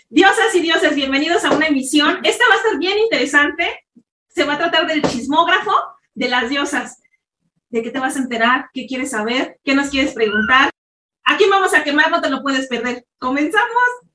Diosas y dioses, bienvenidos a una emisión. Esta va a estar bien interesante. Se va a tratar del chismógrafo de las diosas. ¿De qué te vas a enterar? ¿Qué quieres saber? ¿Qué nos quieres preguntar? ¿A quién vamos a quemar? No te lo puedes perder. ¡Comenzamos!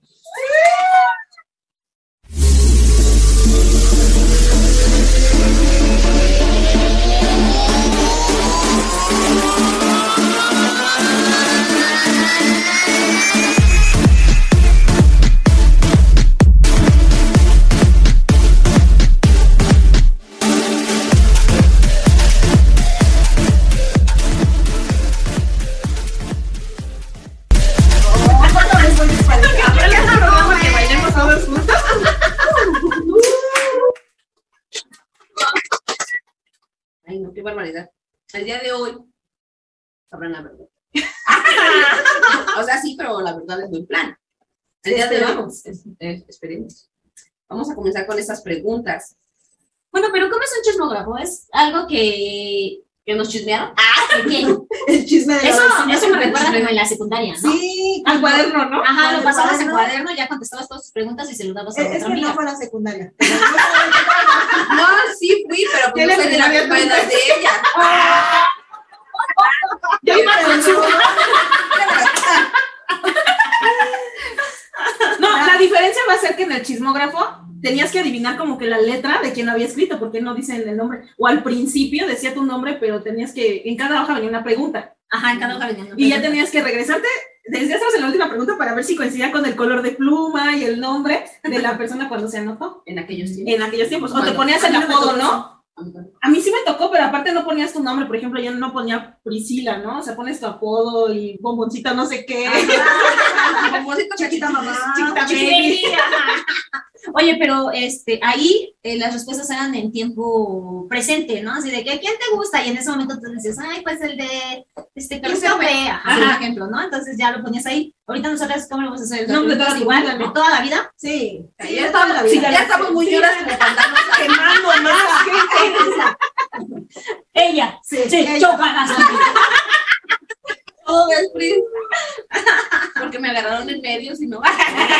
Ay, no, qué barbaridad. El día de hoy sabrán la verdad. O sea, sí, pero la verdad es muy plana. El día de hoy, esperemos. Vamos a comenzar con estas preguntas. Bueno, pero ¿cómo es un chismógrafo? ¿Es algo que nos chismearon? ¿Quién? El chisme de Eso la vecina. me recuerda como en la secundaria, ¿no? Sí, Al cuaderno, ¿no? Ajá, lo Al pasabas en cuaderno. cuaderno, ya contestabas todas tus preguntas y se lo dabas a es otra que amiga. no fue la secundaria. No, sí fui, pero pues no soy de la misma edad de ella. Yo iba a consultar. No, la diferencia va a ser que en el chismógrafo tenías que adivinar como que la letra de quien lo había escrito, porque no dicen el nombre. O al principio decía tu nombre, pero tenías que, en cada hoja venía una pregunta. Ajá, en cada hoja venía una Y ya pregunta. tenías que regresarte, desde estabas en la última pregunta para ver si coincidía con el color de pluma y el nombre de la persona cuando se anotó En aquellos tiempos. en aquellos tiempos. O te Bueno, ponías a el mí no me apodo, tocó ¿no? A mí también. A mí sí me tocó, pero aparte no ponías tu nombre. Por ejemplo, yo no ponía Priscila, ¿no? O sea, pones tu apodo y bomboncita no sé qué. Bomboncito chiquita mamá. Chiquita Sí, ajá. Oye, pero ahí las respuestas eran en tiempo presente, ¿no? Así de que ¿quién te gusta? Y en ese momento tú decías, ay, pues el de Cristo B, ajá, por ejemplo, ¿no? Entonces ya lo ponías ahí. Ahorita nosotros, ¿cómo lo vamos a hacer? No, de toda la igual, vida, ¿no? de toda la vida. Sí, Ya estamos, sí, ya estamos muy lloras como para andarnos a Quemando más. Ella, sí, sí, ella. chócalas. todo el frío. Porque me agarraron en medio, si no.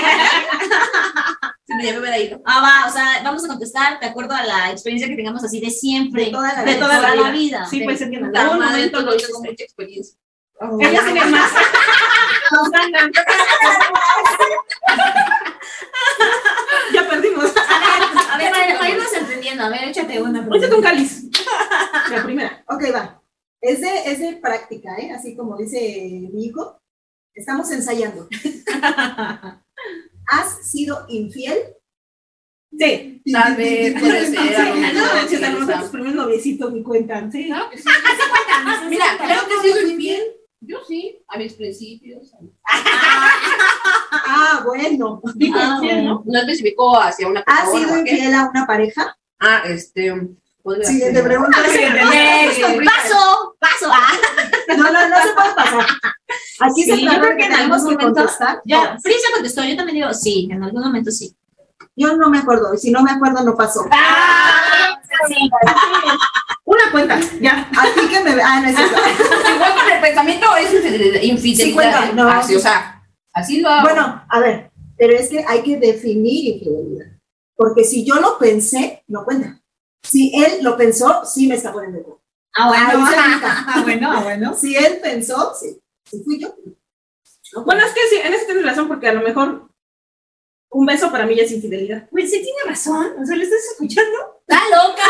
Si no, ya me hubiera ido. Va, o sea, vamos a contestar de acuerdo a la experiencia que tengamos así de siempre. De toda la De vida. toda la vida. vida. Sí, De- puede ser que en Puta algún madre, momento no lo tengo mucha experiencia. Oh. Ella tiene más. Ya perdimos. A ver, para irnos entendiendo, a ver, échate una. Échate un cáliz. La primera. Ok, va. Es de práctica, ¿eh? Así como dice mi hijo. Estamos ensayando. ¿Has sido infiel? Sí. Tal vez puede ser. Sí, a lo mejor, no, a sí, lo mejor esa. tus primeros noviecitos ni cuentan, sí. Claro que sí. Mira, creo que he sido infiel. Yo sí, a mis principios. Ah, bueno. Digo, Ah, infiel, ¿no? No especificó hacia una ¿Has persona. sido ¿o qué? infiel a una pareja? Podría Siguiente ser. pregunta. Paso. No se puede pasar. Aquí Sí, se yo trata creo de que que en algún tenemos que momento- contestar. Ya, todas. Frisa contestó, yo también digo, sí, en algún momento sí. Yo no me acuerdo. Y si no me acuerdo, no pasó. Una cuenta, ya. Así que me... Ah, no es cierto. Igual con el pensamiento es infidelidad. Sí, cuenta, no. Así, o sea, así lo hago. Bueno, a ver, pero es que hay que definir infidelidad. Porque si yo lo pensé, no cuenta. Si él lo pensó, sí me escapó del dedo. Ahí se aplica. bueno. Si él pensó, sí. Si fui yo. No, Bueno, es que sí, en eso tienes razón, porque a lo mejor un beso para mí ya es infidelidad. Pues sí tiene razón, o sea, ¿le estás escuchando? ¡Está loca!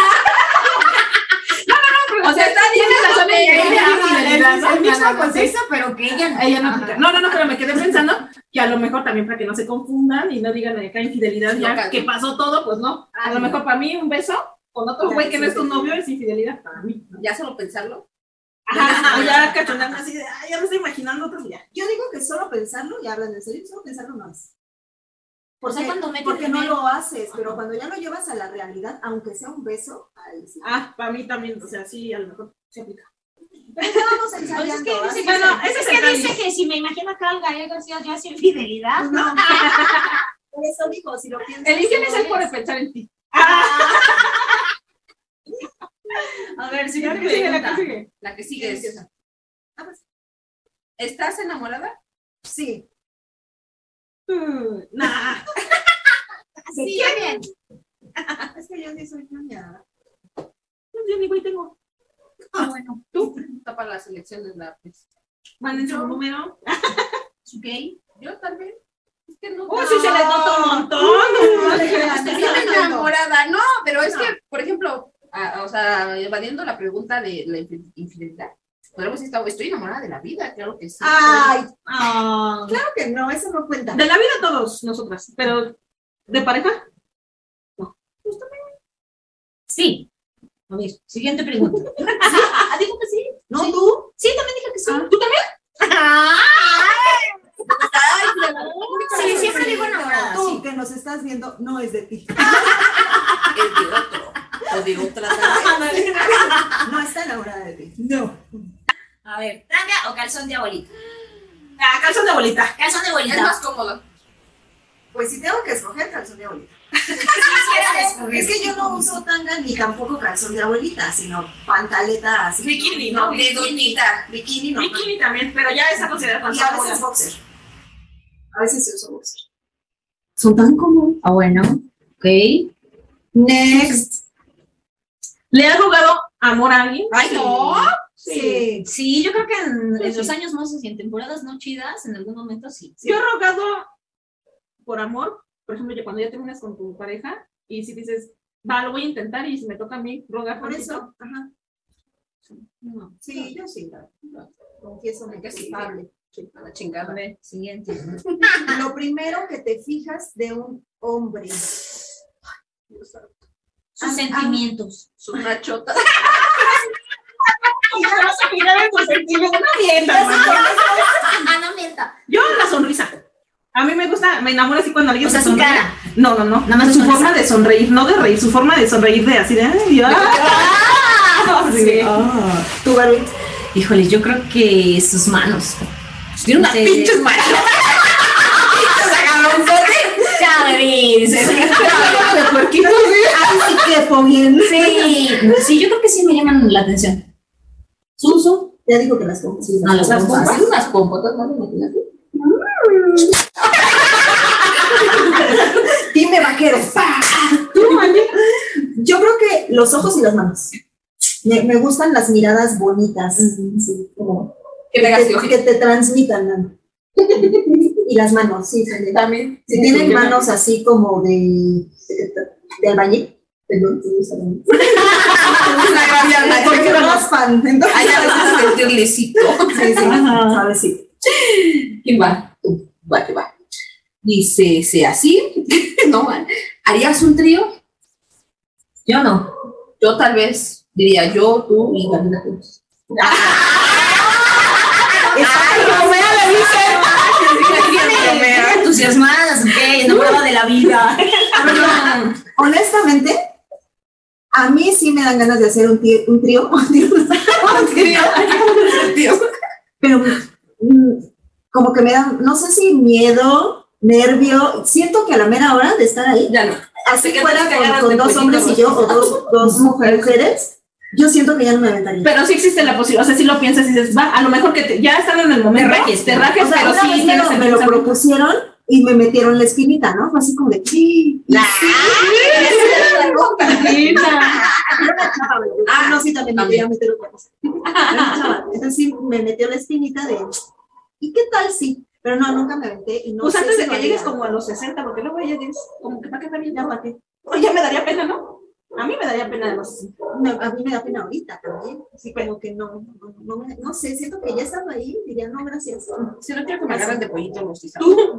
O sea, está Tienes diciendo razón que en que ella- infidelidad, ¿no? El mismo Nada más, contexto, pero que ella no. Ella no aplica. No, pero me quedé pensando que a lo mejor también para que no se confundan y no digan acá infidelidad, ya Loca, que ¿no? pasó todo, pues no. A lo mejor para mí un beso con otro Ya, güey que no sí, es tu sí. novio es infidelidad para mí, ¿no? Ya solo pensarlo. Ajá, o ya cachondarme así de, ay, ya me estoy imaginando otro día. Yo digo que solo pensarlo, y hablan en serio, solo pensarlo no es. O sea, cuando me Porque no lo haces, pero cuando ya lo llevas a la realidad, aunque sea un beso, ahí sí. Ah, para mí también, o sea, sí, a lo mejor se aplica. Pero estábamos Pues ensayando. es que dice así que, Bueno, ese es es que el dice cáliz. que si me imagino acá al gallego así, ya es infidelidad. No. Por eso dijo, si lo piensas. El infiel es no el por es. pensar en ti. A ver, si La me que sigue, la pregunta. que sigue. La que sigue es Empieza. ¿estás enamorada? Sí. Nah. para las elecciones lápiz. Manden su número. ¿Ok? Yo tal vez. Es que no. Uy, sí se les nota un montón. Estoy enamorada. No, pero es que, por ejemplo, o sea, evadiendo la pregunta de la infidelidad, podemos decir, estoy enamorada de la vida, claro que sí. Ay, claro que no, eso no cuenta. De la vida todos nosotras, pero ¿de pareja? Sí. A ver, siguiente pregunta. Digo que sí. ¿No sí. tú? Sí, también dije que sí. ¿Tú también? Sí, siempre digo enamorada. Tú Sí. que nos estás viendo, no es de ti. Es de otro. O de otra también. No está enamorada de ti. No. A ver, ¿tanga o calzón de abuelita? Calzón de abuelita. Calzón de Es abuelita. más cómodo. Pues si tengo que escoger, calzón de abuelita. Sí, Es que yo no uso tanga ni tampoco calzón de abuelita, sino pantaleta así. Bikini, ¿no? De doñita. Bikini no. Bikini también, pero ya está considerada Y calzón a de veces abuela. boxer. A veces se usa boxer. Son tan comunes. Ah, bueno. Ok. Next. ¿Le has jugado amor a alguien? Ay, no. Sí. Sí, yo creo que en Sí, los sí. años mozos y en temporadas no chidas, en algún momento sí. Yo he rogado por amor, por ejemplo, cuando ya terminas con tu pareja y si dices, va, lo voy a intentar y si me toca a mí rogar Por tantito. eso. Ajá. No. Sí, yo sí. Confieso que es Sí. culpable. A la A chingada. ver, siguiente. Lo primero que te fijas de un hombre. Sus sentimientos. Sus machotas. Y te vas a mirar en tus sentimientos. No mientas, mano. No mienta. Yo la sonrisa. A mí me gusta, me enamoro así cuando alguien O sea, se su sonríe. cara. No. Nada más su sonrisa. forma de sonreír, no de reír, su forma de sonreír de así de ay, Sí. ¿Tú, Gaby? Híjole, yo creo que sus manos. Tiene unas Sí. pinches manos. de puerquito. Ay, sí quepo bien. Sí, yo creo que sí me llaman la atención. ¿Suso? Ya digo que las pompas. Sí, No, las pompas. Hace unas pompotas, ¿no? Imagínate. Dime, vaquero. Yo creo que los ojos y las manos. Me gustan las miradas bonitas. Sí, como Que tengas ojitos. que te transmitan. ¿No? Y las manos, sí. También. Si tienen manos así como de albañil, perdón, porque me raspan. Entonces, Hay a veces sentirlecito. sí, sabes, sí. ¿Quién va? Tú. Va, que va. Dice, sea así. No, ¿harías un trío? Yo no. Yo tal vez diría yo, tú y Gabriela juntos. Entusiasmadas, ok, enamorada de la vida. Honestamente, a mí sí me dan ganas de hacer un trío. Pero como que me da, no sé si miedo, nervio. Siento que a la mera hora de estar ahí, Ya no. así Te fuera quedas cagadas con de dos pollito, hombres y yo, o dos mujeres, yo siento que ya no me aventaría. Pero sí existe la posibilidad, o sea, si lo piensas y dices, va, a lo mejor que ya están en el momento, te rajes, O sea, pero una sí vez tienes el me lo pensamiento. propusieron y me metieron la esquinita, ¿no? Fue así como de, sí. No, sí, también me quería meter otra cosa. Entonces sí, me metió la espinita de, ¿y qué tal si? Pero no, nunca me aventé y no Pues sé antes si de lo que haría. llegues como a los 60, porque luego ya dices, como que para qué también, ya para qué. O ya me daría pena, ¿no? A mí me daría pena de los 60. A mí me da pena ahorita también, así como que no sé, siento que ya estando ahí, diría, no, gracias. Si no quiero que me agarren de pollito rostizado. Tú,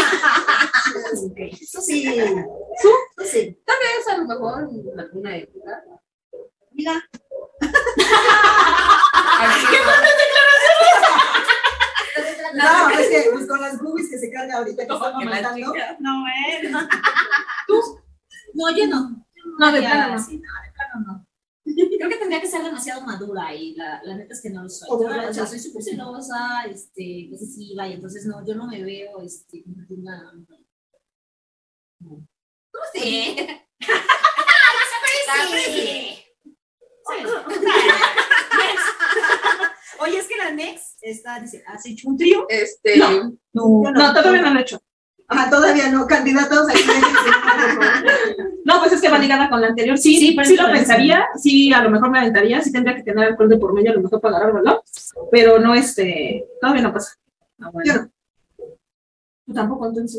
Eso sí, eso sí. Tal vez a lo mejor en alguna época. Mira, no, es que pues, con las boobies que se carga ahorita que estamos matando. no, No, yo no. No, de Ya, plano no. sí, no, de plano no. Creo que tendría que ser demasiado madura y la neta es que no lo soy. O Yo, borracha. o sea, soy súper celosa, posesiva y entonces no, yo no me veo, como una... No sé. Oye, es que la Next dice, ¿has hecho un trío? No, todavía no lo he hecho. Ajá, todavía no, candidatos aquí. No, pues es que va ligada con la anterior. Sí, sí lo pensaría, sí, a lo mejor me aventaría, sí tendría que tener alcohol de por medio, a lo mejor para agarrar valor, pero no, todavía no pasa. Bueno. Yo no. Tú tampoco, entonces.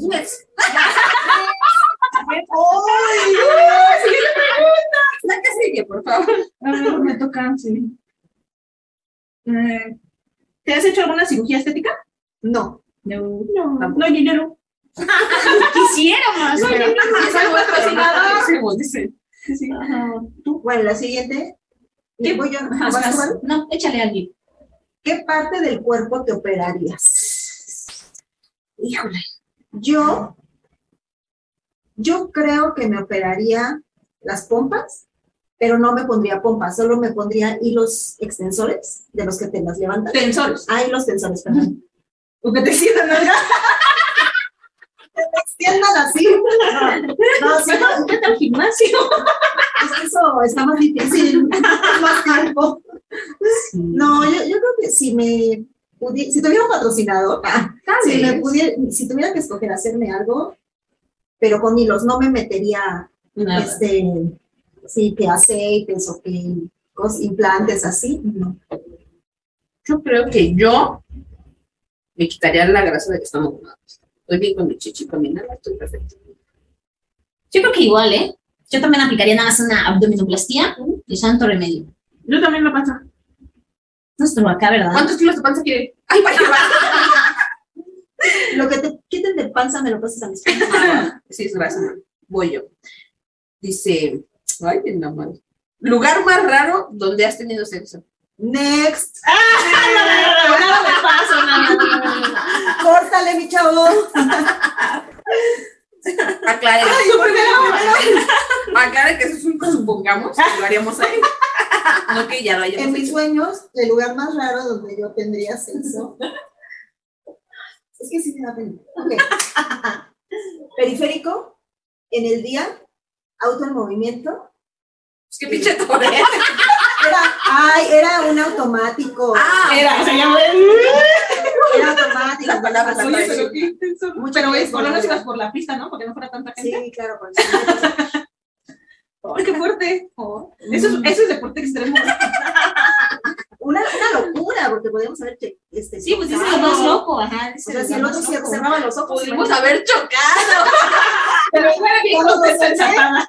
Siguiente pregunta. La que sigue, por favor. A ver, me toca, sí. ¿Te has hecho alguna cirugía estética? No. No, dinero. Quisiéramos, pero Sí. ¿Tú? Bueno, la siguiente. ¿Voy yo? No, échale a alguien. ¿Qué parte del cuerpo te operarías? Híjole. Yo creo que me operaría las pompas, pero no me pondría pompas, solo me pondría hilos extensores de los que te las levantas. Tensores. Hilos tensores, perdón. Porque te sientan, ¿no? Te extiendan así. No, sí, vete al gimnasio. Eso está más difícil, más tiempo. Sí. No, yo creo que si tuviera un patrocinador, si tuviera que escoger hacerme algo, pero con hilos, no me metería sí, que aceites o que implantes así, no. Yo creo que yo me quitaría la grasa de que estamos tomados. Estoy bien con mi chichi, con mi nada, estoy perfecto. Yo creo que igual, Yo también aplicaría nada más una abdominoplastía de santo remedio. Yo también lo paso. Nuestro acá, ¿verdad? ¿Cuántos kilos de panza quiere? ¡Ay, vaya! Lo que te quiten de panza me lo pasas a mis piernas. Sí, es grasa. Voy yo. Dice, ay, bien mal. Lugar más raro donde has tenido sexo. Next. Nada me paso, nada. Córtale, mi chavo. Aclare. Aclare que eso es un supongamos, lo haríamos ahí. No que ya lo hayamos En mis hecho. sueños, el lugar más raro donde yo tendría sexo. Es que sí me da pena. Okay. Periférico, en el día, auto en movimiento. Es que pinche torre. Era un automático. Era automático. La palabra la Oye, trae. pero qué intenso. Pero es por lo menos ibas por la pista, ¿no? Porque no fuera tanta gente. Sí, claro, por ¡Qué fuerte! Eso es deporte extremo. Una locura, porque podríamos haber sí, pues dice lo más loco, ajá. O sea, si el otro cerraba los ojos, Pudimos haber chocado. Pero fuera bien contesta ensatada.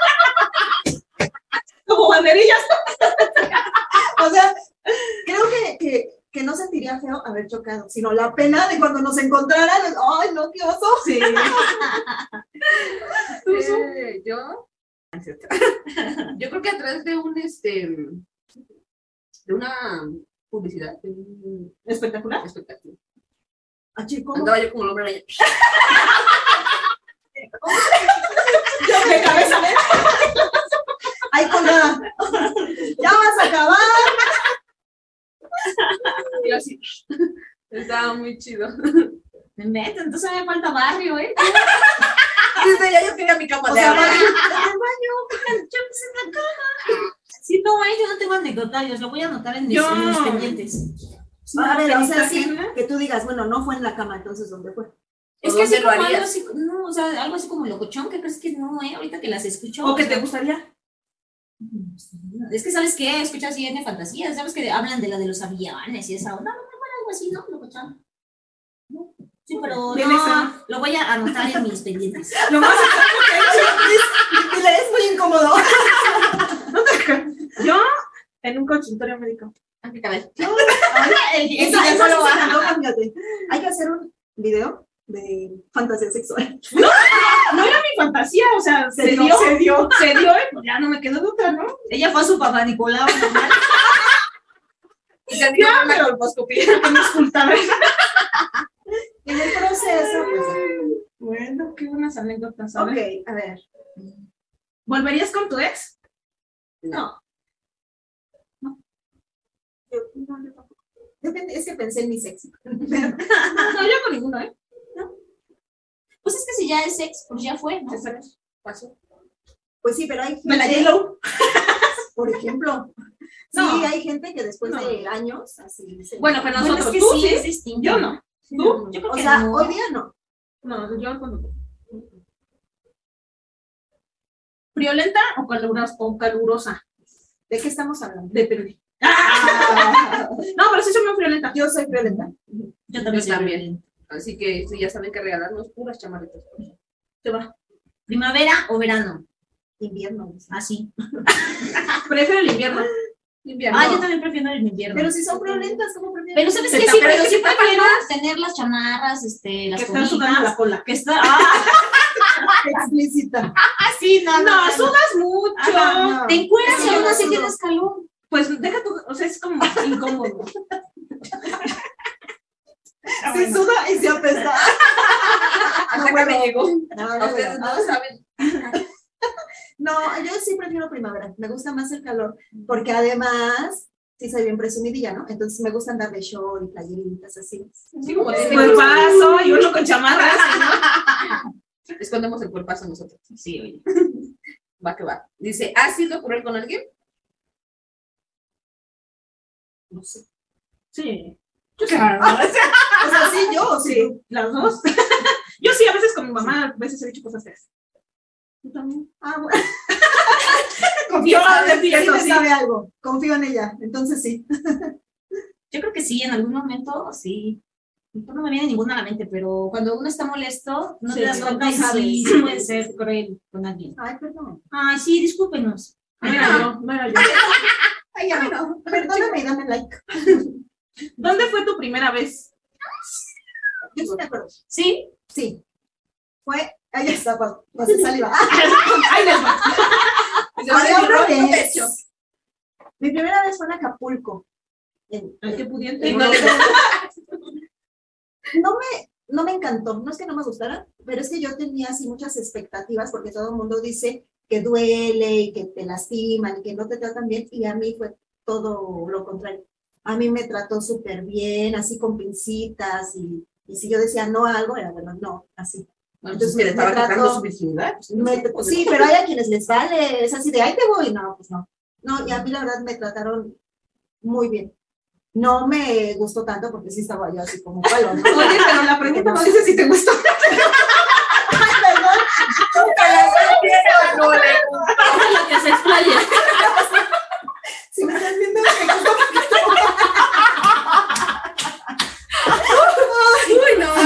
Como banderillas. O sea, creo que no sentiría feo haber chocado, sino la pena de cuando nos encontraran. ¡Ay, no, qué oso! Sí. Yo creo que a través de de una publicidad, de un Espectacular. espectáculo. ¿Cómo? Andaba yo como el hombre araña. De cabeza. ¡Ay, con nada! ¡Ya vas a acabar! Y así. Estaba muy chido. Entonces me falta barrio, Desde ya yo quería mi cama O de sea, agua. Yo puse en la cama. Sí, no, yo no tengo anecdotarios, lo voy a anotar en mis pendientes. A ver, o sea, sí, que tú digas, bueno, no fue en la cama, entonces, ¿dónde fue? Es que ¿Dónde así lo como algo harías? así, no, o sea, algo así como locochón, que crees que no, ahorita que las escucho. ¿O qué te gustaría? Es que, ¿sabes qué? Escucho así en fantasías, ¿sabes? Que hablan de la de los aviones y esa onda. No, algo así, ¿no? Locochón. No. Sí, pero no, lo voy a anotar en mis pendientes. Lo más Es muy incómodo. Yo, en un consultorio médico. Hay que Hay que hacer un video de fantasía sexual. No era mi fantasía, o sea, se dio, y pues ya no me quedó de otra, ¿no? Ella fue a su papá Nicolau, normal. Y se dio una colposcopía. Que me ocultaba. En el proceso, pues. Bueno, qué buenas anécdotas. Ok, a ver. ¿Volverías con tu ex? No. Yo tampoco. Es que pensé en mi sexo. No, yo con ninguno, ¿eh? Pues es que si ya es ex, pues ya fue, ¿no? Pasó. Pues sí, pero hay Me la gente, hielo. por ejemplo. No. Sí, hay gente que después de años, así. Bueno, pero nosotros, es que tú sí, sí, es distinto. yo no. ¿Tú? Yo creo O que sea, no. hoy día no. No, yo cuando. ¿Friolenta o calurosa? ¿De qué estamos hablando? Depende. Ah, No, pero sí soy muy friolenta. yo soy violenta. Yo también. Yo también. Así que sí, ya saben que regalarnos puras chamarritas. Se va. ¿Primavera o verano? Invierno. Así. Prefiero el invierno. Invierno. Ah, yo también prefiero el invierno. Pero si son violentas, ¿cómo prefieres? Pero ¿sabes qué? Pero Sí, es pero que sí está prefiero padre. tener las chamarras, las Que están sudando la cobijas, cola. que está... Ah, Explícita. sí, No, sudas mucho. Ajá, no. te encuentras Sí, y aún yo así sudo. tienes calor. Pues deja tu, o sea, es como incómodo. Se suda y se apesta. Hasta que me llegó. No, Ustedes no saben. no, yo sí prefiero primavera. Me gusta más el calor. Porque además, sí soy bien presumidilla, ¿no? Entonces me gusta andar de short y playeritas así. Sí, como tiene Cuerpazo y uno con chamarras. escondemos el cuerpazo nosotros. Sí, oye. Va que va. Dice, ¿has sido cruel con alguien? No sé. Sí. Claro. O sea, sí, yo, sí. Sí, las dos. Yo sí, a veces con mi mamá, a veces he dicho cosas feas. ¿Tú también? Ah, bueno. Yo Sí, empiezo, me sí. sabe algo. Confío en ella. Entonces sí. Yo creo que sí, en algún momento sí. No me viene ninguna a la mente, pero cuando uno está molesto, no Sí, te das cuenta no y sabes. sí puede ser cruel con alguien. Ay, perdón. Ay, sí, discúlpenos. No era yo, no era yo. Ay, ya no. Perdóname y dame like. ¿Dónde fue tu primera vez? Yo sí me acuerdo. ¿Sí? Sí. Fue. Ahí está, pasé saliva. Ahí les va. Había una de vez. hecho. Mi primera vez fue en Acapulco. Ay, qué pudiente. Y no le No me encantó, no es que no me gustara, pero es que yo tenía así muchas expectativas porque todo el mundo dice que duele y que te lastiman y que no te tratan bien y a mí fue todo lo contrario. A mí me trató súper bien, así con pincitas y si yo decía no a algo, era bueno, no, así. Bueno, Entonces entonces que le estaba me trató- quitando su virginidad. Sí, pero hay a quienes les vale, es así de ahí te voy, no, pues no. No, y a mí la verdad me trataron muy bien. No me gustó tanto porque sí estaba yo así como palo, ¿no? Oye, pero la pregunta no dice si te gustó. Ay, perdón. Lo que se explaye. Si me estás viendo, me gustó. Uy, no.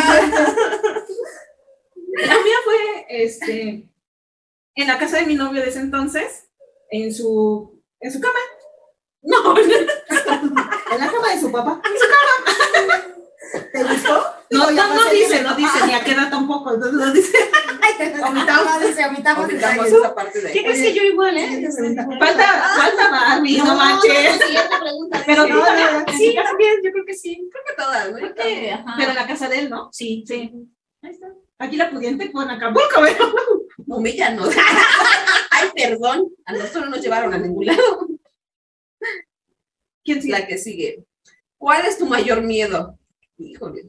La mía fue, en la casa de mi novio de ese entonces, en su cama. No, En la cama de su papá. ¿Te gustó? no Digo, ya dice, ni a qué edad tampoco, entonces no dice. Omitamos Olvidamos detalles. esa parte de ¿Qué ahí. crees que yo igual, Siguiente pregunta. Falta Barbie, no manches. Siguiente pregunta. Pero Sí, tú también, no, sí, yo también, yo creo que sí. Creo que todas, ¿no? Creo que, ajá. Pero en la casa de él, ¿no? Sí. Sí. Ahí está. Aquí la pudiente fue en Acapulco, ¿verdad? Humíllanos. Ay, perdón. A nosotros no nos llevaron a ningún lado. ¿Quién sigue? La que sigue. ¿Cuál es tu mayor miedo? Híjole.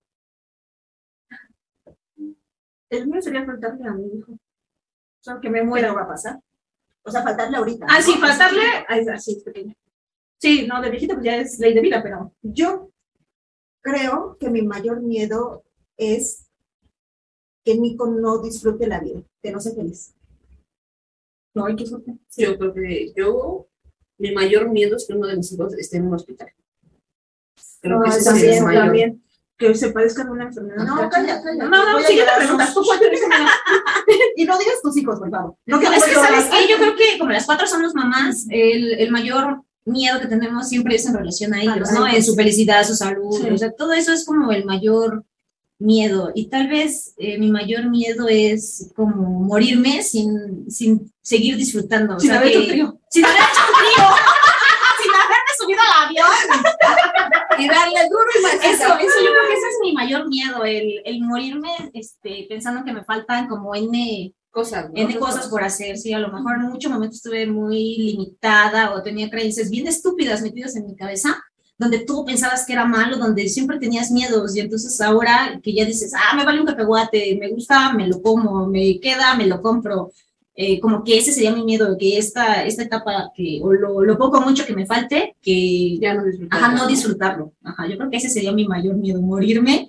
El mío sería faltarle a mi hijo. O sea, que me Bueno, muera. va a pasar. O sea, faltarle ahorita. Ah, ¿no? sí, faltarle. Así es pequeño. Sí, no, de viejito pues ya es ley de vida, pero. Yo creo que mi mayor miedo es que Nico no disfrute la vida, que no sea feliz. No, hay que suerte. Yo creo que mi mayor miedo es que uno de mis hijos esté en un hospital. Creo que Ay, ese sería el también, mayor. También. Que se parezca a una enfermedad. No, calla, calla. No, Voy a siguiente llorar, pregunta. no. ¿Tú cuál tienes una? Y no digas tus hijos, por favor. No, quiero es que, llorar. ¿sabes qué? Yo creo que como las cuatro somos mamás, el mayor miedo que tenemos siempre es en relación a ellos, ¿no? En su felicidad, su salud, Sí. o sea, todo eso es como el mayor miedo. Y tal vez mi mayor miedo es como morirme sin seguir disfrutando. O Sin sea, haber hecho que- trío. Sin haber hecho un trío. Sin haberme subido al avión. Y darle duro y macizo. Eso, yo creo que ese es mi mayor miedo, el morirme pensando que me faltan como Cosas, ¿no? N cosas por hacer, sí, a lo mejor en muchos momentos estuve muy limitada o tenía creencias bien estúpidas metidas en mi cabeza, donde tú pensabas que era malo, donde siempre tenías miedos y entonces ahora que ya dices, me vale un cacahuate, me gusta, me lo como, me queda, me lo compro, como que ese sería mi miedo, que esta etapa, o lo poco o mucho que me falte, que Ya no disfrutar. ajá, no disfrutarlo, ajá, yo creo que ese sería mi mayor miedo, morirme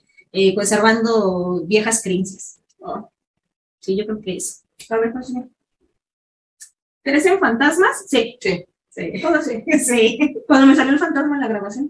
conservando viejas creencias. Sí, yo creo que es. A ver, pues, sí. ¿Crees en fantasmas? Sí. Sí. Todo sí. Sí. Cuando me salió el fantasma en la grabación.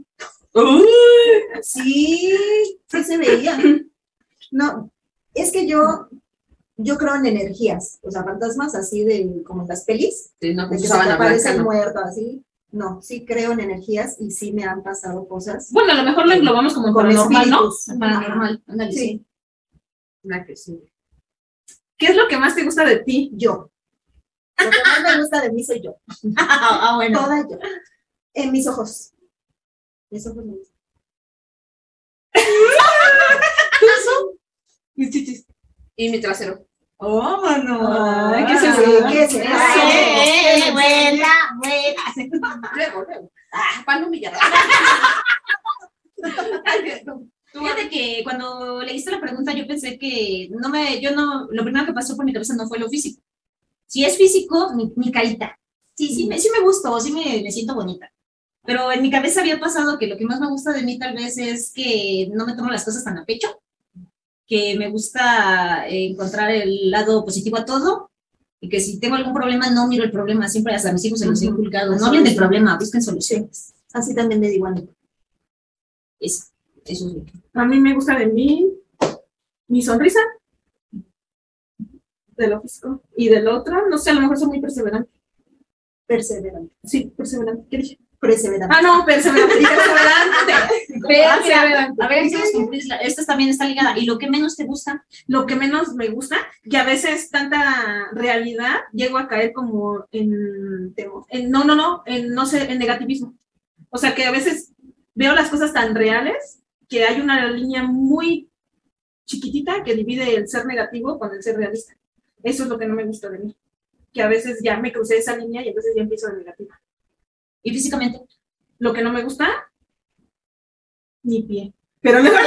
Sí, sí se veía. No, es que yo creo en energías, o sea, fantasmas así de como en las pelis, Sí, no, de pues que se te sábana aparece blanca, el ¿no? muerto, así. No, sí creo en energías y sí me han pasado cosas. Bueno, a lo mejor lo englobamos como Con paranormal, ¿no? espíritus. Paranormal, ándale, Sí. sí. Una que sí. ¿Qué es lo que más te gusta de ti? Yo. Lo que más me gusta de mí soy yo. Bueno. Toda yo. En mis ojos. Mis ojos me gustan. Mis chichis. Y mi trasero. ¡Oh, mano! Ay, ¿Qué es eso? ¿Qué es eso? Buena. Luego. Para no humillar. Fíjate que cuando leíste la pregunta yo pensé que lo primero que pasó por mi cabeza no fue lo físico. Si es físico, mi carita. Sí me gustó, sí me siento bonita. Pero en mi cabeza había pasado que lo que más me gusta de mí tal vez es que no me tomo las cosas tan a pecho, que me gusta encontrar el lado positivo a todo, y que si tengo algún problema no miro el problema, siempre hasta a mis hijos se los he inculcado. No hablen del problema, busquen soluciones. Así también me digo a mí. Eso es lo que... A mí me gusta de mí mi sonrisa, de lo físico. Y del otro, no sé, a lo mejor soy muy perseverante. Perseverante. Sí, perseverante. ¿Qué dije? Perseverante. Ah, no, perseverante. Pero, Perseverante. a ver, entonces esta también está ligada. ¿Y lo que menos te gusta? Lo que menos me gusta, que a veces tanta realidad llego a caer como en negativismo. O sea, que a veces veo las cosas tan reales que hay una línea muy chiquitita que divide el ser negativo con el ser realista. Eso es lo que no me gusta de mí. Que a veces ya me crucé esa línea y entonces ya empiezo de negativa. ¿Y físicamente? Lo que no me gusta, mi pie. Pero no.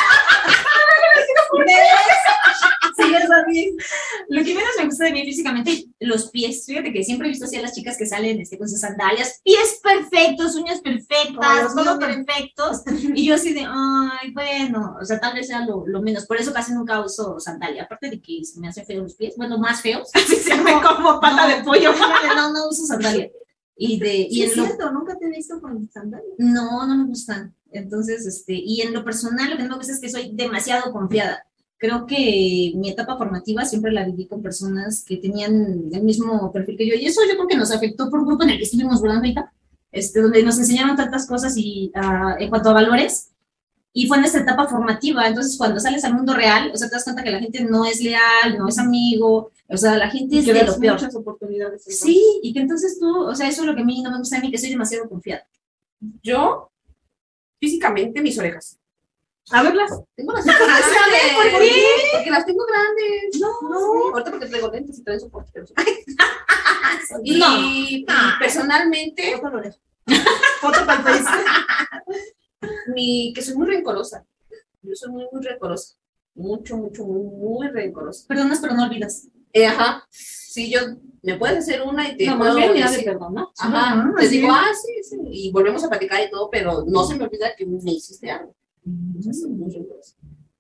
Lo que menos me gusta de mí físicamente, los pies. Fíjate que siempre he visto así a las chicas que salen con sus sandalias, pies perfectos, uñas perfectas, todo perfectos. Y yo así de, ay, bueno, o sea, tal vez sea lo menos. Por eso casi nunca uso sandalia. Aparte de que se me hacen feos los pies, bueno, más feos. Así se me como pata de pollo. No uso sandalia. Sí, es cierto, nunca te he visto con sandalias. No me gustan. Entonces, y en lo personal, lo que no me gusta es que soy demasiado confiada. Creo que mi etapa formativa siempre la viví con personas que tenían el mismo perfil que yo, y eso yo creo que nos afectó por un grupo en el que estuvimos volando ahorita, donde nos enseñaron tantas cosas y en cuanto a valores, y fue nuestra etapa formativa. Entonces cuando sales al mundo real, o sea, te das cuenta que la gente no es leal, no es amigo, o sea, la gente es de lo peor. Muchas oportunidades. Entonces. Sí, y que entonces tú, o sea, eso es lo que a mí no me gusta de mí, que soy demasiado confiada. Yo, físicamente, mis orejas. A verlas. Tengo las orejas grandes. ¿Por qué? Porque las tengo grandes. No. Ahorita porque traigo lentes y traigo soporte. Pero... No. Y personalmente, Foto lo dejo. Foto para el Facebook. que soy muy rencorosa. Yo soy muy rencorosa. Mucho, muy rencorosa. Perdonas, pero no olvidas. Ajá. Sí, yo me puedes hacer una y te No, puedo más bien ya decir- de perdón, Ajá. Sí. Les digo, sí. Y volvemos a platicar y todo, pero no se me olvida que me hiciste algo. Entonces, soy muy rencorosa.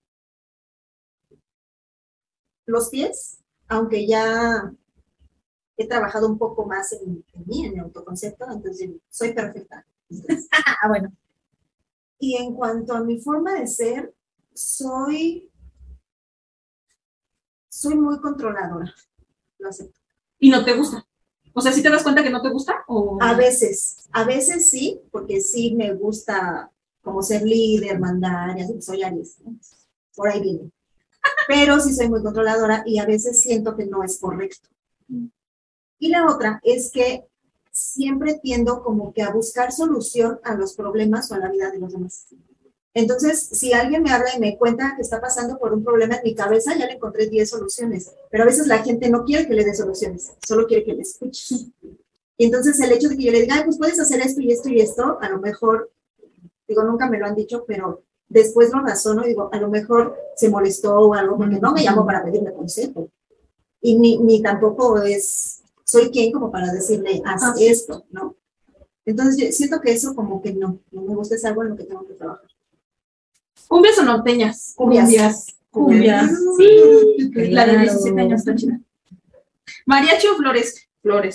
Los pies, aunque ya he trabajado un poco más en mí, en el autoconcepto, entonces soy perfecta. Entonces, Bueno. y en cuanto a mi forma de ser, soy muy controladora. Lo acepto. Y no te gusta. O sea, ¿sí te das cuenta que no te gusta? ¿O... A veces sí, porque sí me gusta como ser líder, mandar, y así, soy Aries, ¿no? Por ahí viene. Pero sí soy muy controladora y a veces siento que no es correcto. Y la otra es que siempre tiendo como que a buscar solución a los problemas o a la vida de los demás. Entonces, si alguien me habla y me cuenta que está pasando por un problema en mi cabeza, ya le encontré 10 soluciones. Pero a veces la gente no quiere que le dé soluciones, solo quiere que le escuche. Y entonces el hecho de que yo le diga, pues puedes hacer esto y esto y esto, a lo mejor, digo, nunca me lo han dicho, pero después lo razono y digo, a lo mejor se molestó o algo, porque no me llamó para pedirle consejo. Y ni tampoco soy quien como para decirle, haz esto, ¿no? Entonces yo siento que eso como que no me gusta, es algo en lo que tengo que trabajar. ¿Cumbias o norteñas? Cumbias. Sí. La de Claro. 17 años está chida. ¿Mariachi o flores? Flores.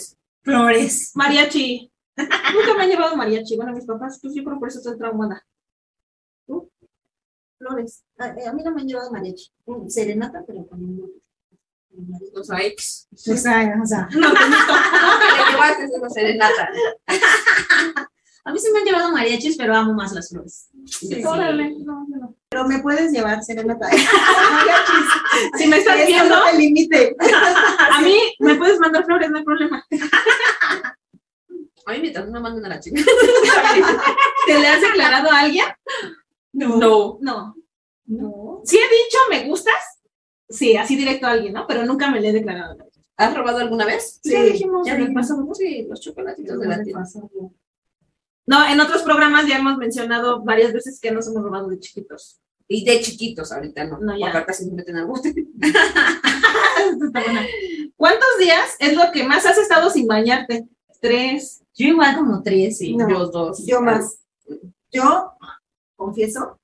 Flores. Mariachi. Nunca me han llevado mariachi. Bueno, mis papás, pues yo creo por eso estoy traumada. ¿Tú? Flores. A mí no me han llevado mariachi. Serenata, pero con un O sea, ex. O sea, No, Toñito. Le llevaste una serenata. a mí se me han llevado mariachis, pero amo más las flores. Sí. Órale. No. Pero me puedes llevar serenata. Mariachis. Si me estás Eso viendo, no te limite. a mí me puedes mandar flores, no hay problema. A mí mientras no me manden a la chica. ¿Te le has declarado a alguien? No. No. No. Sí he dicho me gustas. Sí, así directo a alguien, ¿no? Pero nunca me le he declarado. ¿Has robado alguna vez? Sí, ya dijimos. Ya en el dijimos. pasado. Sí, los chocolatitos de la tienda. No, en otros programas ya hemos mencionado varias veces que nos hemos robado de chiquitos. Y de chiquitos ahorita no. No, ya. Porque ahorita sí me meten al bote. Está buena. ¿Cuántos días es lo que más has estado sin bañarte? 3. Yo igual como 3, sí. No. Yo 2. Yo más. Yo confieso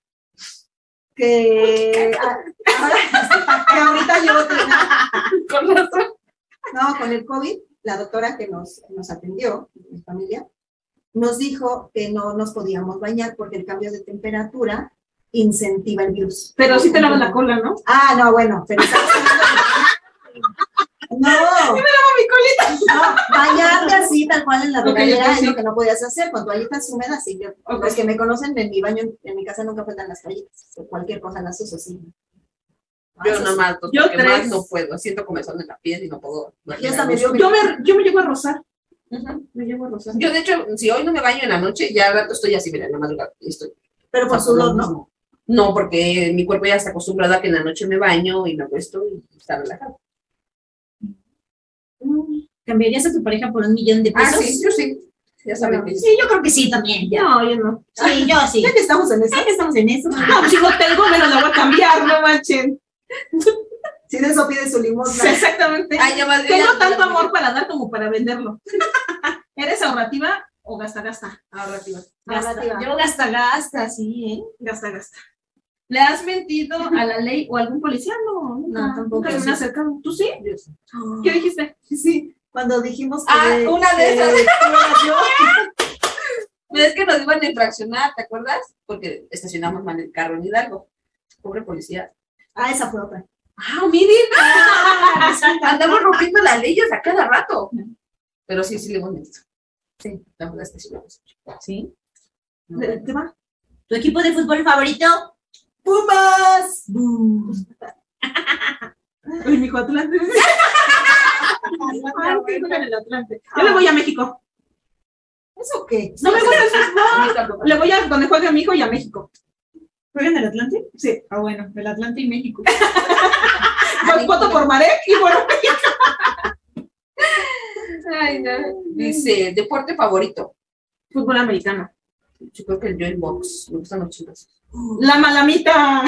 que ahorita yo Con razón. no, con el COVID, la doctora que nos atendió, mi familia, nos dijo que no nos podíamos bañar porque el cambio de temperatura incentiva el virus. Pero sí te lavas la cola, ¿no? Ah, no, bueno, pero estamos hablando de- no, Mi colita. no, bañarte así tal cual en la Ok, regadera ok, es sí. lo que no podías hacer con toallitas húmedas. Y yo, Ok. los que me conocen en mi baño, en mi casa nunca faltan las toallitas. O cualquier cosa las uso, sí. Yo Eso sí. nomás, Yo porque 3. más no puedo. Siento comezón en la piel y no puedo. Yo también, Yo me llevo a rozar. Ujú. Me llevo a rozar. Yo, de hecho, si hoy no me baño en la noche, ya al rato estoy así, mira, en la madrugada. y Estoy. Pero por sudor, ¿no? No, porque mi cuerpo ya está acostumbrado a que en la noche me baño y me acuesto y está relajado. ¿Cambiarías a tu pareja por $1,000,000 de pesos? Ah, sí, yo sí. Ya saben que Sí, yo creo que sí también, ya. No, yo no. Sí, yo sí. Ya que estamos en eso, Ya que estamos en eso. No, pues si no tengo, menos la voy a cambiar, no manchen. si de eso pide su limosna. Sí, exactamente. Ay, ya más Tengo tanto amor para dar como para venderlo. ¿Eres ahorrativa o gasta? Ahorrativa. Ahorrativa. Yo gasta, sí, ¿eh? Gasta. ¿Le has mentido a la ley o a algún policía? No, No, tampoco. Nunca se me acercaron. ¿Tú sí? Yo sí. ¿Qué dijiste? Sí, cuando dijimos que... Ah, una de esas. que era yo. Pero es que nos iban a infraccionar, ¿te acuerdas? Porque estacionamos mal el carro en Hidalgo. Pobre policía. Ah, esa fue otra. Ah, miren. Andamos rompiendo las leyes a cada rato. Pero sí, sí le hemos metido. Sí, la estacionamos. Sí. ¿Te va? ¿Tu equipo de fútbol favorito? ¡Pumas! Uy, mi hijo Atlante. Ay, qué bueno el Atlante. Yo le voy a México. ¿Eso qué? No me gusta el A fútbol. mí tampoco. Le voy a donde juegue mi hijo y a México. ¿Juegan el Atlante? Sí. Ah, bueno, el Atlante y México. Voto por Marek y bueno. Ay, no. Dice, deporte favorito. Fútbol americano. Yo creo que el joint box. Me gustan los chicos. La malamita.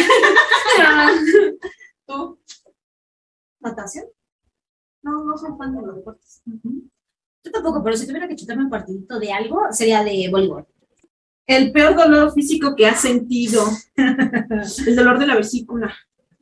¿Tú? ¿Natación? No soy fan de los deportes. Yo tampoco, pero si tuviera que chutarme un partidito de algo, sería de voleibol. El peor dolor físico que has sentido. El dolor de la vesícula.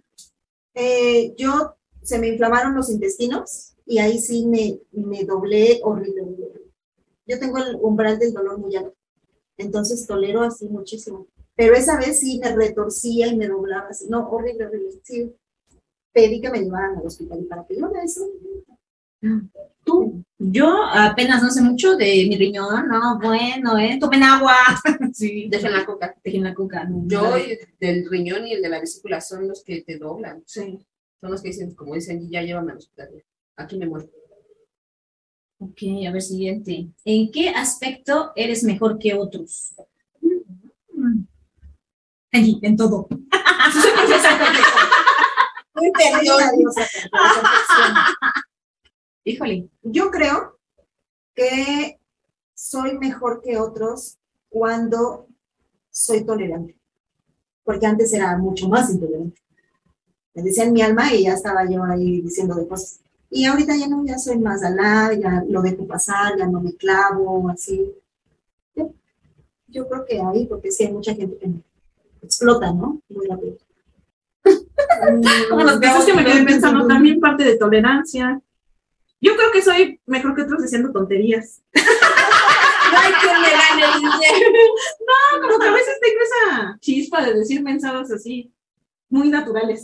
Yo se me inflamaron los intestinos y ahí sí me doblé horrible. Yo tengo el umbral del dolor muy alto, entonces tolero así muchísimo. Pero esa vez sí me retorcía y me doblaba así. No, horrible. Sí. Pedí que me llevaran al hospital y para que yo vea eso. ¿Tú? Yo apenas no sé mucho de mi riñón, no, bueno, tomen agua. Sí. Dejen la coca. Dejen la coca. No, Yo, del riñón y el de la vesícula son los que te doblan. Sí. Son los que dicen, como dicen, ya llévame al hospital. Aquí me muero. Ok, a ver, siguiente. ¿En qué aspecto eres mejor que otros? Ay, en todo. Híjole. Yo creo que soy mejor que otros cuando soy tolerante, porque antes era mucho más intolerante. Me decían mi alma y ya estaba yo ahí diciendo de cosas. Y ahorita ya no, ya soy más alá, ya lo dejo pasar, ya no me clavo, así. Yo creo que ahí, porque sí hay mucha gente que me explota, ¿no? Muy rápido. Como los casos que me quedé pensando, también parte de tolerancia. Yo creo que soy mejor que otros diciendo tonterías. No hay quien le gane el dinero. No, como que a veces tengo esa chispa de decir mensajes así, muy naturales.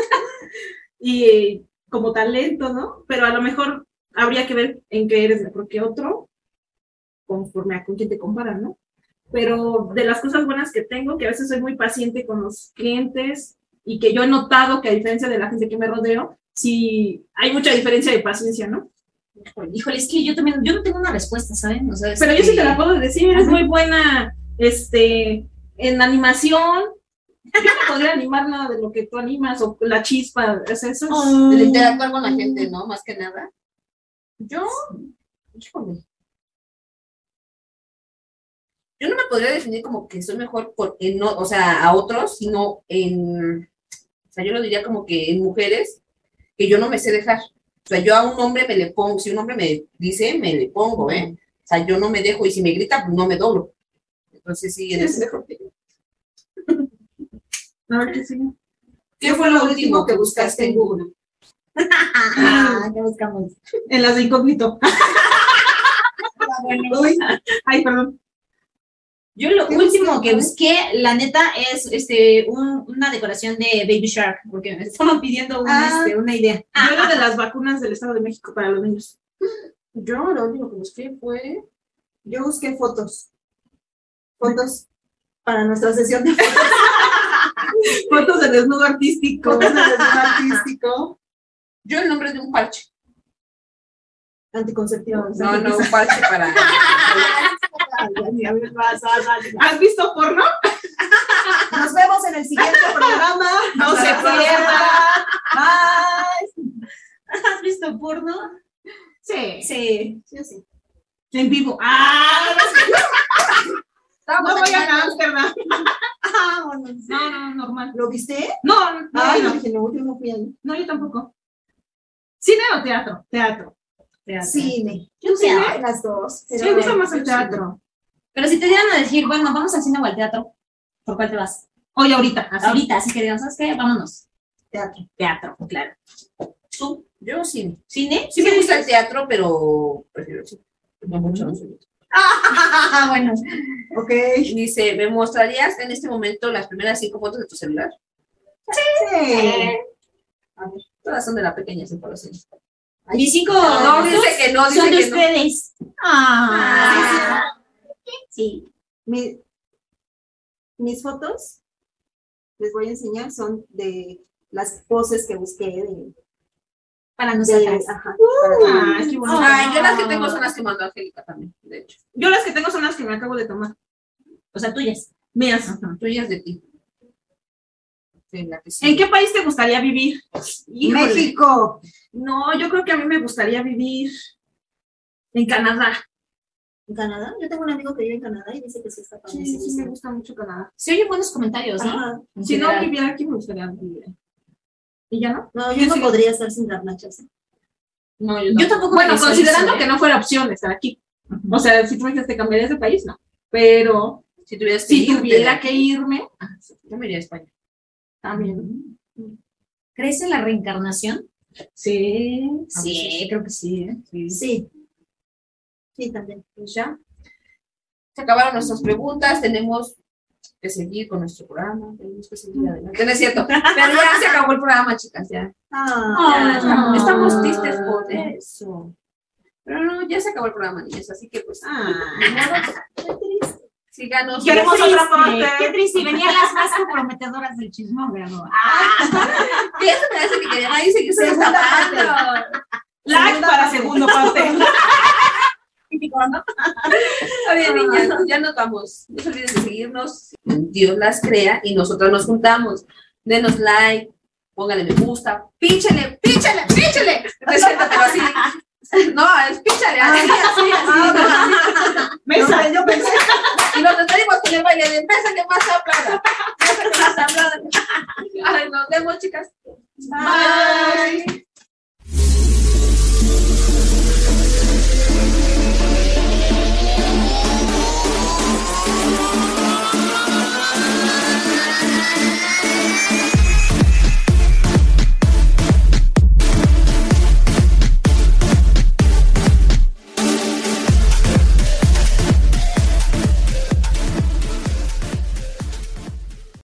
Y como talento, ¿no? Pero a lo mejor habría que ver en qué eres mejor que otro, conforme a con quién te comparan, ¿no? Pero de las cosas buenas que tengo, que a veces soy muy paciente con los clientes y que yo he notado que a diferencia de la gente que me rodeo, sí hay mucha diferencia de paciencia, ¿no? Híjole, es que yo no tengo una respuesta, ¿saben? O sea, Pero yo sí te la puedo decir, eres muy buena en animación. Yo no podría animar nada de lo que tú animas, o la chispa, eso es. El interactuar con la gente, ¿no? Más que nada. Yo, híjole. Yo no me podría definir como que soy mejor no, o sea, a otros, sino o sea, yo lo diría como que en mujeres, que yo no me sé dejar. O sea, yo a un hombre me le pongo, si un hombre me dice, me le pongo, ¿eh? O sea, yo no me dejo, y si me grita, pues no me doblo. Entonces, sí, en ese mejor que yo. A ver qué sigue. ¿Qué fue lo último que buscaste en Google? ¿Qué buscamos? En las de incógnito. Uy, ay, perdón. Yo lo último que busqué, la neta, es una decoración de Baby Shark, porque me estaban pidiendo una idea. Yo era de las vacunas del Estado de México para los niños. Yo lo único que busqué fue... Yo busqué fotos. Fotos para nuestra sesión de fotos. Fotos de desnudo artístico. Fotos de desnudo artístico. Yo el nombre de un parche. Anticonceptivo. No, un parche para... ¿Has visto porno? Nos vemos en el siguiente programa. No se pierda. Bye. ¿Has visto porno? Sí. Sí. Sí. En vivo. No voy a Amsterdam. No, normal. ¿Lo viste? No, Ay, no. dije, no, yo no fui ahí. No, yo tampoco. ¿Cine o teatro? Teatro. Cine. Yo ¿Cine? Las dos. Sí, me gusta más el teatro. Pero si te dieran a decir, bueno, vamos al cine o al teatro, ¿por cuál te vas? Hoy, ahorita. Así. Ahorita, así que digan, ¿sabes qué? Vámonos. Teatro. Teatro, claro. ¿Tú? Yo cine. ¿Cine? Sí me gusta el teatro, pero prefiero el cine. No mucho, no soy. Bueno. Ok. Dice, ¿me mostrarías en este momento las primeras 5 fotos de tu celular? Sí. A ver, todas son de la pequeña separación. Mis 5 No, dice que no, son de dice que no. ustedes. Sí. Mis fotos, les voy a enseñar, son de las poses que busqué Para nosotras. Qué bonito. Ay, yo las que tengo son las que mandó Angélica también, de hecho. Yo las que tengo son las que me acabo de tomar. O sea, tuyas. Mías. Tuyas de ti. Sí, la que sí. ¿En qué país te gustaría vivir? Híjole. México. No, yo creo que a mí me gustaría vivir en Canadá. ¿En Canadá? Yo tengo un amigo que vive en Canadá y dice que sí está padre. Sí, me gusta mucho Canadá. Se oyen buenos comentarios, ¿no? Ajá. En Si no general. viviera aquí, me gustaría vivir. ¿Y ya no? No, yo no podría estar sin garnachas. No, Yo tampoco. Bueno, pienso considerando eso, que no fuera opción estar aquí. O sea, si tú me dices, ¿te cambiarías de país? No. Pero Si tuvieras que si irte, tuviera que irme, yo me iría a España. también. ¿Crees en la reencarnación? Sí. Sí, creo que sí. Sí. Sí, también. Pues ya. Se acabaron nuestras preguntas, tenemos que seguir con nuestro programa, tenemos que seguir adelante. No es cierto, pero ya se acabó el programa, chicas, ya. Ah. Estamos tristes por eso. Pero no, ya se acabó el programa, niñas, así que pues, síganos. Queremos Qué otra parte. triste, qué triste. Venían las más comprometedoras del chismógrafo. ¿Qué se me hace que querían ahí seguir tapando? Like para segunda parte. Oye, niñas, ya nos vamos. No se olviden de seguirnos. Dios las crea y nosotras nos juntamos. Denos like, póngale me gusta, píchale. No es cierto, pero así. No, es píchale. Así. Mesa. Yo pensé. Y nos despedimos con el baile de mesa que más aplauda. Mesa que más aplauda. Ay, nos vemos, chicas. Bye.